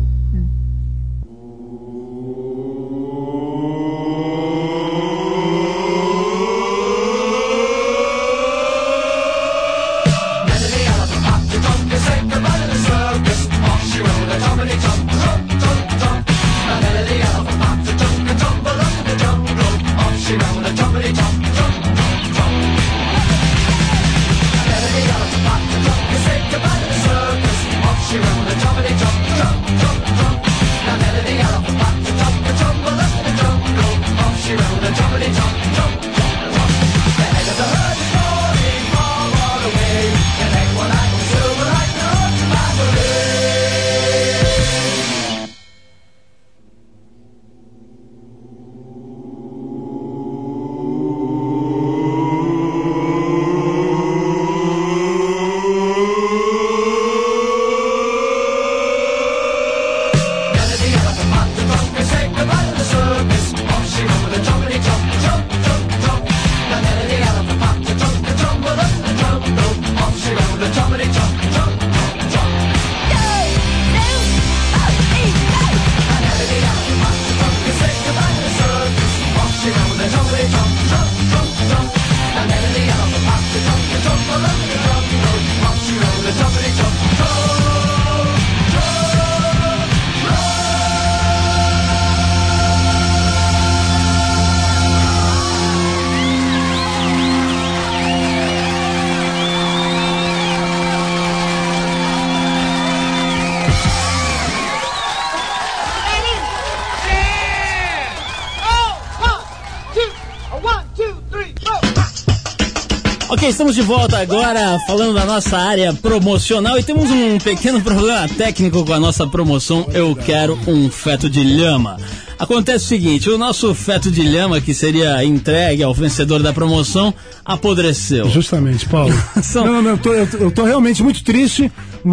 Ok, estamos de volta agora falando da nossa área promocional e temos um pequeno problema técnico com a nossa promoção Eu Quero um Feto de Lhama. Acontece o seguinte, o nosso feto de lhama, que seria entregue ao vencedor da promoção, apodreceu. Justamente, Paulo. São... Não, não, eu tô, eu, tô, eu tô realmente muito triste,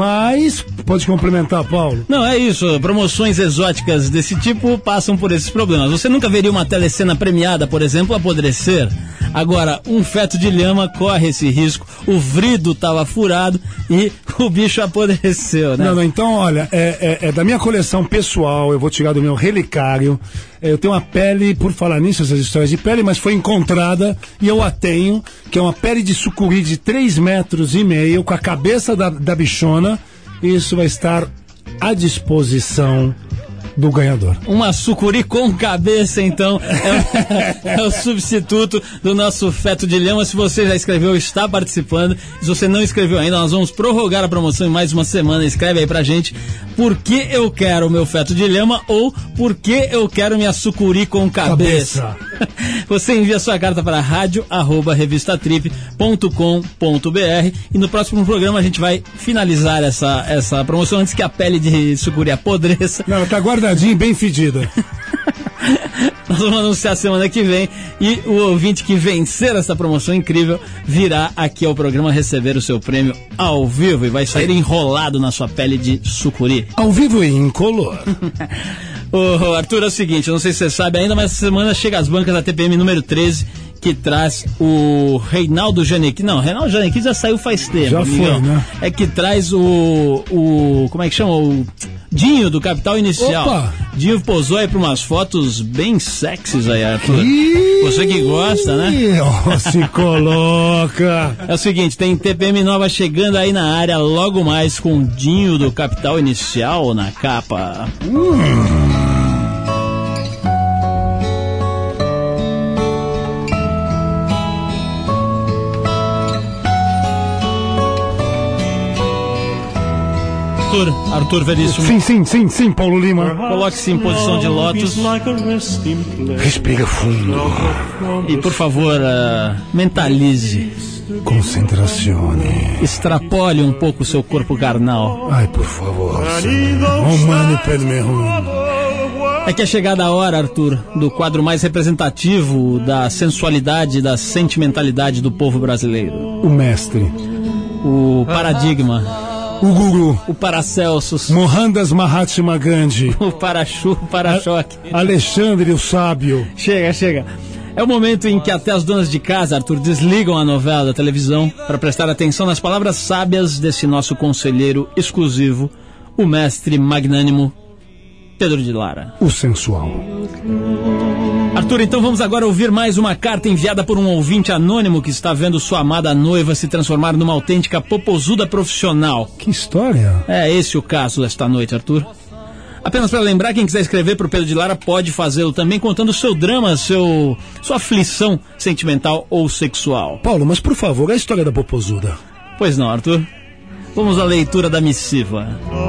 mas pode complementar, Paulo. Não, é isso, promoções exóticas desse tipo passam por esses problemas. Você nunca veria uma telecena premiada, por exemplo, apodrecer? Agora, um feto de lhama corre esse risco, o vrido estava furado e o bicho apodreceu, né? Não, não, então, olha, é, é, é da minha coleção pessoal, eu vou tirar do meu relicário. Eu tenho uma pele, por falar nisso, essas histórias de pele, mas foi encontrada e eu a tenho, que é uma pele de sucuri de três metros e meio, com a cabeça da, da bichona. Isso vai estar à disposição do ganhador. Uma sucuri com cabeça, então, é, é o substituto do nosso feto de lhama. Se você já escreveu, está participando. Se você não escreveu ainda, nós vamos prorrogar a promoção em mais uma semana. Escreve aí pra gente por que eu quero o meu feto de lhama ou por que eu quero minha sucuri com cabeça. cabeça. Você envia sua carta para rádio arroba revistatrip ponto com ponto br e no próximo programa a gente vai finalizar essa, essa promoção antes que a pele de sucuri apodreça. Não, tá guardadinho, bem fedida. Nós vamos anunciar semana que vem e o ouvinte que vencer essa promoção incrível virá aqui ao programa receber o seu prêmio ao vivo e vai sair enrolado na sua pele de sucuri. Ao vivo e incolor. Ô, Arthur, é o seguinte, eu não sei se você sabe ainda, mas essa semana chega às bancas da T P M número treze, que traz o Reinaldo Janequim. Não, Reinaldo Janequim já saiu faz tempo. Já amigão. foi, né? É que traz o, o... Como é que chama? O Dinho, do Capital Inicial. Opa! Dinho posou aí pra umas fotos bem sexys aí, Arthur. Ih, Você que gosta, né? Oh, se coloca. É o seguinte, tem T P M nova chegando aí na área logo mais com Dinho do Capital Inicial na capa. Hum. Arthur, Arthur Veríssimo. Sim, sim, sim, sim, Paulo Lima. Coloque-se em posição de lótus. Respira fundo. E, por favor, uh, mentalize. Concentrazione. Extrapole um pouco o seu corpo carnal. Ai, por favor. Oh, mano, per me. É que é chegada a hora, Arthur, do quadro mais representativo da sensualidade e da sentimentalidade do povo brasileiro. O mestre. O paradigma. O guru. O Paracelsus. Mohandas Mahatma Gandhi. O Parachu, o Para-choque. Alexandre o Sábio. Chega, chega. É o momento em que até as donas de casa, Arthur, desligam a novela da televisão para prestar atenção nas palavras sábias desse nosso conselheiro exclusivo, o mestre magnânimo Pedro de Lara. O sensual. Arthur, então vamos agora ouvir mais uma carta enviada por um ouvinte anônimo que está vendo sua amada noiva se transformar numa autêntica popozuda profissional. Que história. É esse o caso desta noite, Arthur. Apenas para lembrar, quem quiser escrever para o Pedro de Lara pode fazê-lo também contando o seu drama, seu, sua aflição sentimental ou sexual. Paulo, mas por favor, a história da popozuda. Pois não, Arthur. Vamos à leitura da missiva.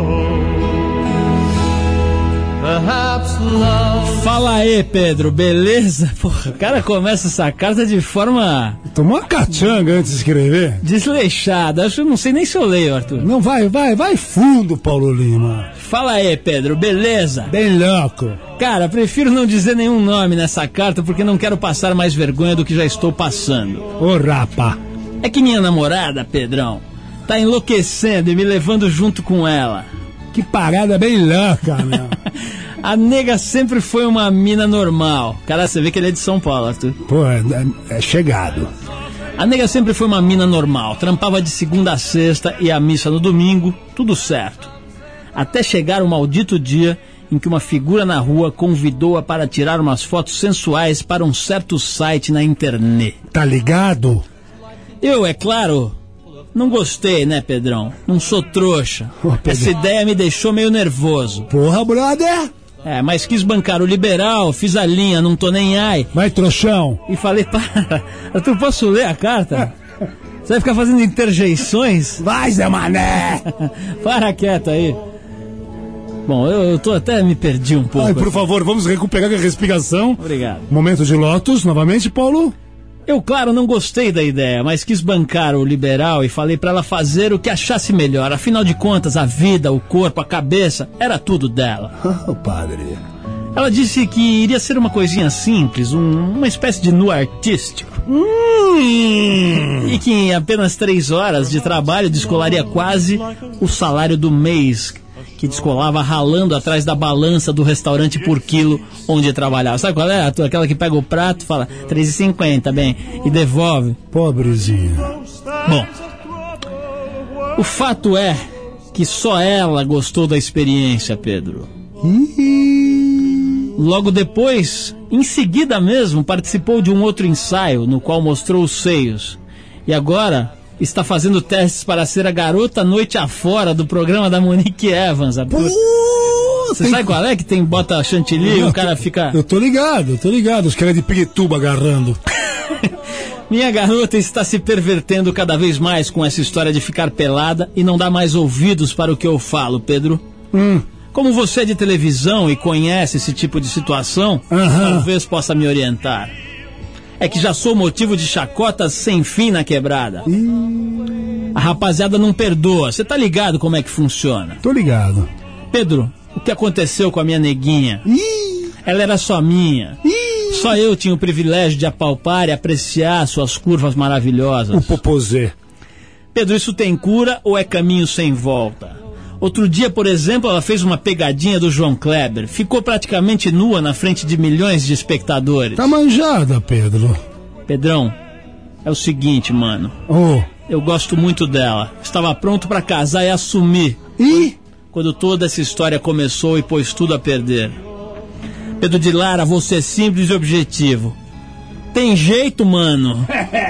Fala aí, Pedro, beleza? Porra, o cara começa essa carta de forma... Tomou uma cachanga antes de escrever? Desleixada, acho que não sei nem se eu leio, Arthur. Não, vai, vai, vai fundo, Paulo Lima. Fala aí, Pedro, beleza? Bem louco. Cara, prefiro não dizer nenhum nome nessa carta porque não quero passar mais vergonha do que já estou passando. Ô, rapa. É que minha namorada, Pedrão, tá enlouquecendo e me levando junto com ela. Que parada bem louca, meu. A nega sempre foi uma mina normal. Cara, você vê que ele é de São Paulo, Arthur. Pô, é, é chegado. A nega sempre foi uma mina normal. Trampava de segunda a sexta e a missa no domingo, tudo certo. Até chegar o maldito dia em que uma figura na rua convidou-a para tirar umas fotos sensuais para um certo site na internet. Tá ligado? Eu, é claro... Não gostei, né, Pedrão? Não sou trouxa. Oh, Essa ideia me deixou meio nervoso. Porra, brother! É, mas quis bancar o liberal, fiz a linha, não tô nem ai. Vai, trouxão! E falei, para, Arthur, posso ler a carta? Você vai ficar fazendo interjeições? Vai, Zé Mané! Para quieto aí. Bom, eu, eu tô até me perdi um pouco. Ai, por aqui. favor, vamos recuperar a respiração. Obrigado. Momento de Lotus, novamente, Paulo. Eu, claro, não gostei da ideia, mas quis bancar o liberal e falei pra ela fazer o que achasse melhor. Afinal de contas, a vida, o corpo, a cabeça, era tudo dela. Oh, padre. Ela disse que iria ser uma coisinha simples, um, uma espécie de nu artístico. Hum. E que em apenas três horas de trabalho descolaria quase o salário do mês, que descolava ralando atrás da balança do restaurante por quilo onde trabalhava. Sabe qual é? Aquela que pega o prato, fala três e cinquenta, bem, e devolve. Pobrezinha. Bom, o fato é que só ela gostou da experiência, Pedro. Logo depois, em seguida mesmo, participou de um outro ensaio no qual mostrou os seios. E agora... está fazendo testes para ser a garota noite afora do programa da Monique Evans. Arthur. Você tem... sabe qual é? Que tem bota chantilly e o cara fica... Eu tô ligado, eu tô ligado. Os caras de Pirituba agarrando. Minha garota está se pervertendo cada vez mais com essa história de ficar pelada e não dá mais ouvidos para o que eu falo, Pedro. Hum. Como você é de televisão e conhece esse tipo de situação, uhum. talvez possa me orientar. É que já sou motivo de chacotas sem fim na quebrada. Ih. A rapaziada não perdoa. Você tá ligado como é que funciona? Tô ligado. Pedro, o que aconteceu com a minha neguinha? Ih. Ela era só minha. Ih. Só eu tinha o privilégio de apalpar e apreciar suas curvas maravilhosas. O popozê. Pedro, isso tem cura ou é caminho sem volta? Outro dia, por exemplo, ela fez uma pegadinha do João Kleber. Ficou praticamente nua na frente de milhões de espectadores. Tá manjada, Pedro. Pedrão, é o seguinte, mano. Oh. Eu gosto muito dela. Estava pronto pra casar e assumir. E? Quando toda essa história começou e pôs tudo a perder. Pedro de Lara, você é simples e objetivo. Tem jeito, mano?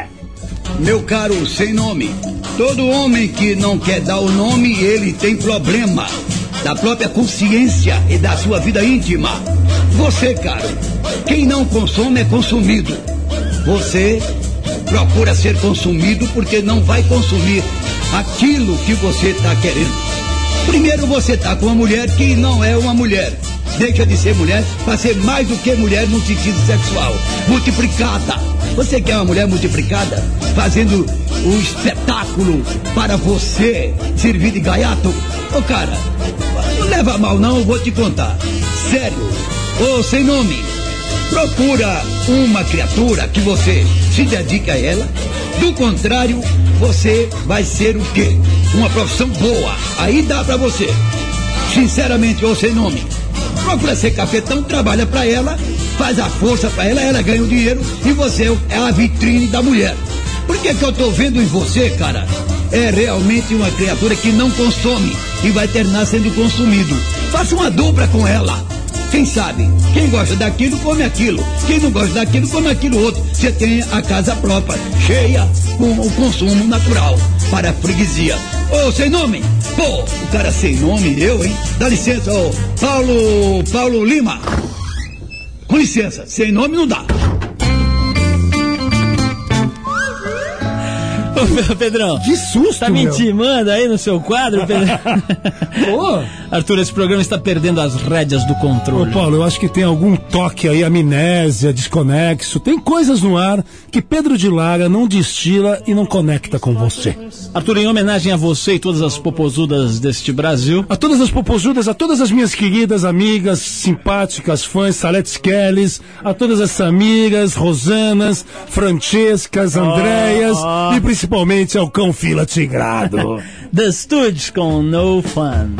Meu caro sem nome, todo homem que não quer dar o nome, ele tem problema da própria consciência e da sua vida íntima. Você, caro, quem não consome é consumido. Você procura ser consumido porque não vai consumir aquilo que você está querendo. Primeiro você está com uma mulher que não é uma mulher. Deixa de ser mulher para ser mais do que mulher no sentido sexual. Multiplicada. Você quer uma mulher multiplicada? Fazendo um espetáculo para você servir de gaiato? Ô cara, não leva mal não, eu vou te contar. Sério, ô sem nome, procura uma criatura que você se dedique a ela. Do contrário, você vai ser o quê? Uma profissão boa. Aí dá pra você. Sinceramente, ô sem nome, procura ser cafetão, trabalha pra ela, faz a força pra ela, ela ganha o dinheiro e você é a vitrine da mulher. Por que que eu tô vendo em você, cara? É realmente uma criatura que não consome e vai terminar sendo consumido. Faça uma dupla com ela. Quem sabe? Quem gosta daquilo, come aquilo. Quem não gosta daquilo, come aquilo outro. Você tem a casa própria, cheia com o consumo natural para a freguesia. Ô, sem nome? Pô, o cara sem nome, eu, hein? Dá licença, ô, Paulo, Paulo Lima. Com licença, sem nome não dá. Ô, Pedrão. Que susto, Tá me meu. intimando aí no seu quadro, Pedro? Ô. Arthur, esse programa está perdendo as rédeas do Ô, controle. Paulo, eu acho que tem algum toque aí, amnésia, desconexo. Tem coisas no ar que Pedro de Lara não destila e não conecta com você. Arthur, em homenagem a você e todas as popozudas deste Brasil, A todas as popozudas, a todas as minhas queridas amigas, simpáticas, fãs, Salete Kellys, a todas as Samiras, Rosanas, Francescas, Andréias e principalmente ao cão fila tigrado. The Stooges com No Fun.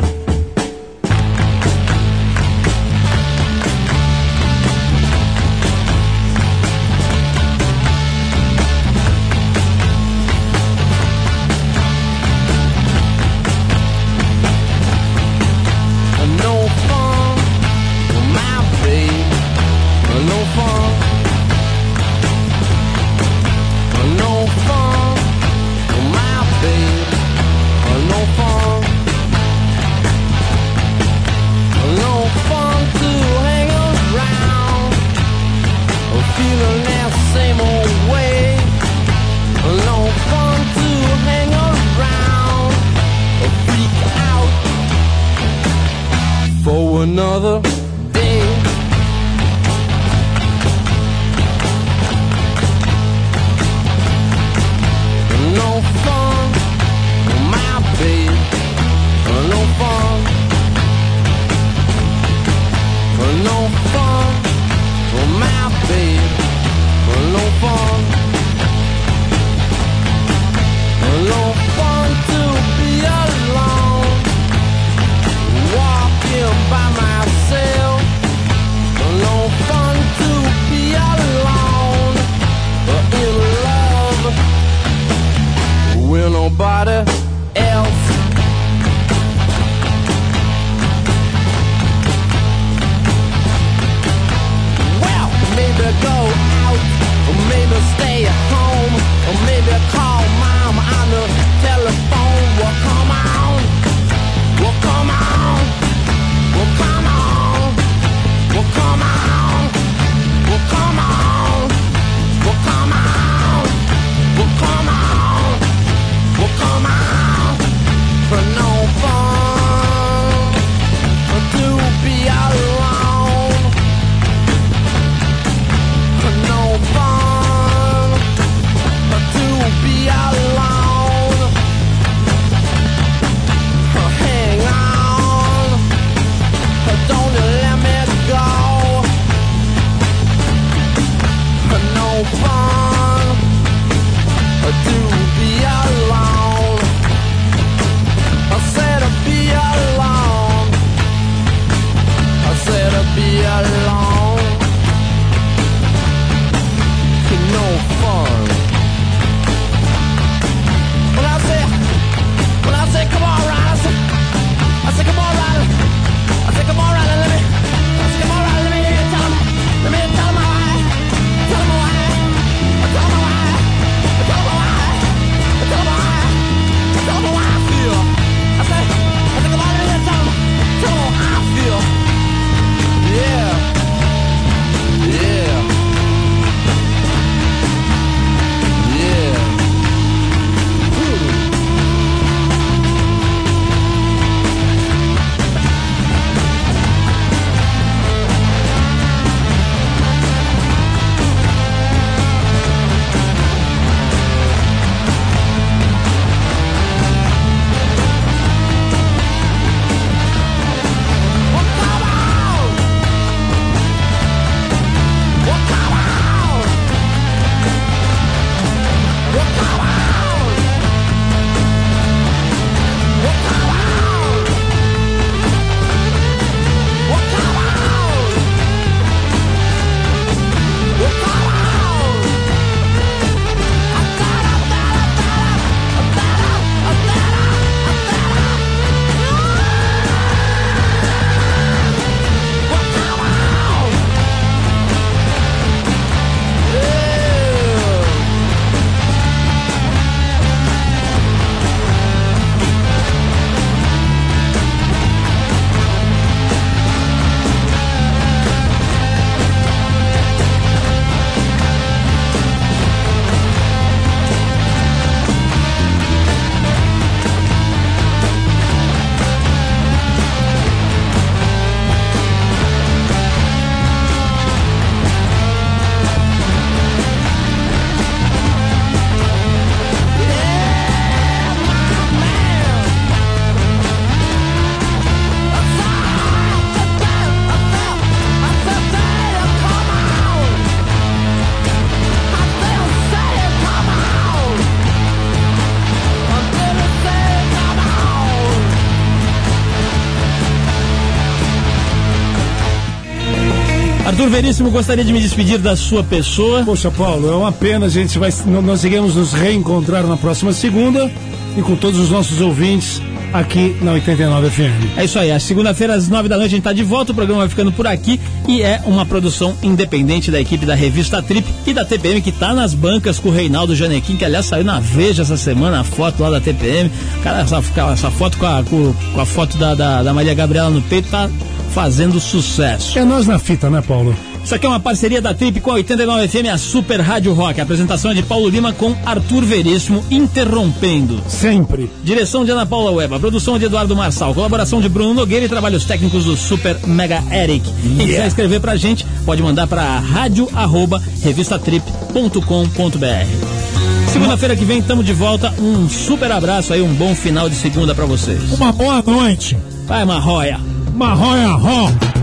Arthur Veríssimo, gostaria de me despedir da sua pessoa. Poxa, Paulo, é uma pena, a gente vai, nós iremos nos reencontrar na próxima segunda e com todos os nossos ouvintes aqui na oitenta e nove F M. É isso aí, a segunda-feira às nove da noite a gente tá de volta, o programa vai ficando por aqui e é uma produção independente da equipe da revista Trip e da T P M, que tá nas bancas com o Reinaldo Janequim, que aliás saiu na Veja essa semana, a foto lá da T P M. Cara, essa, essa foto com a, com, com a foto da, da, da Maria Gabriela no peito tá fazendo sucesso. É nós na fita, né, Paulo? Isso aqui é uma parceria da Trip com a oitenta e nove F M, a Super Rádio Rock. A apresentação é de Paulo Lima com Arthur Veríssimo, interrompendo. Sempre. Direção de Ana Paula Weba, produção de Eduardo Marçal, colaboração de Bruno Nogueira e trabalhos técnicos do Super Mega Eric. Quem yeah. quiser escrever pra gente, pode mandar pra rádio arroba revistatrip ponto com ponto b r. Segunda-feira que vem estamos de volta. Um super abraço aí, um bom final de segunda pra vocês. Uma boa noite. Vai, Marroia. Marroia, Ró.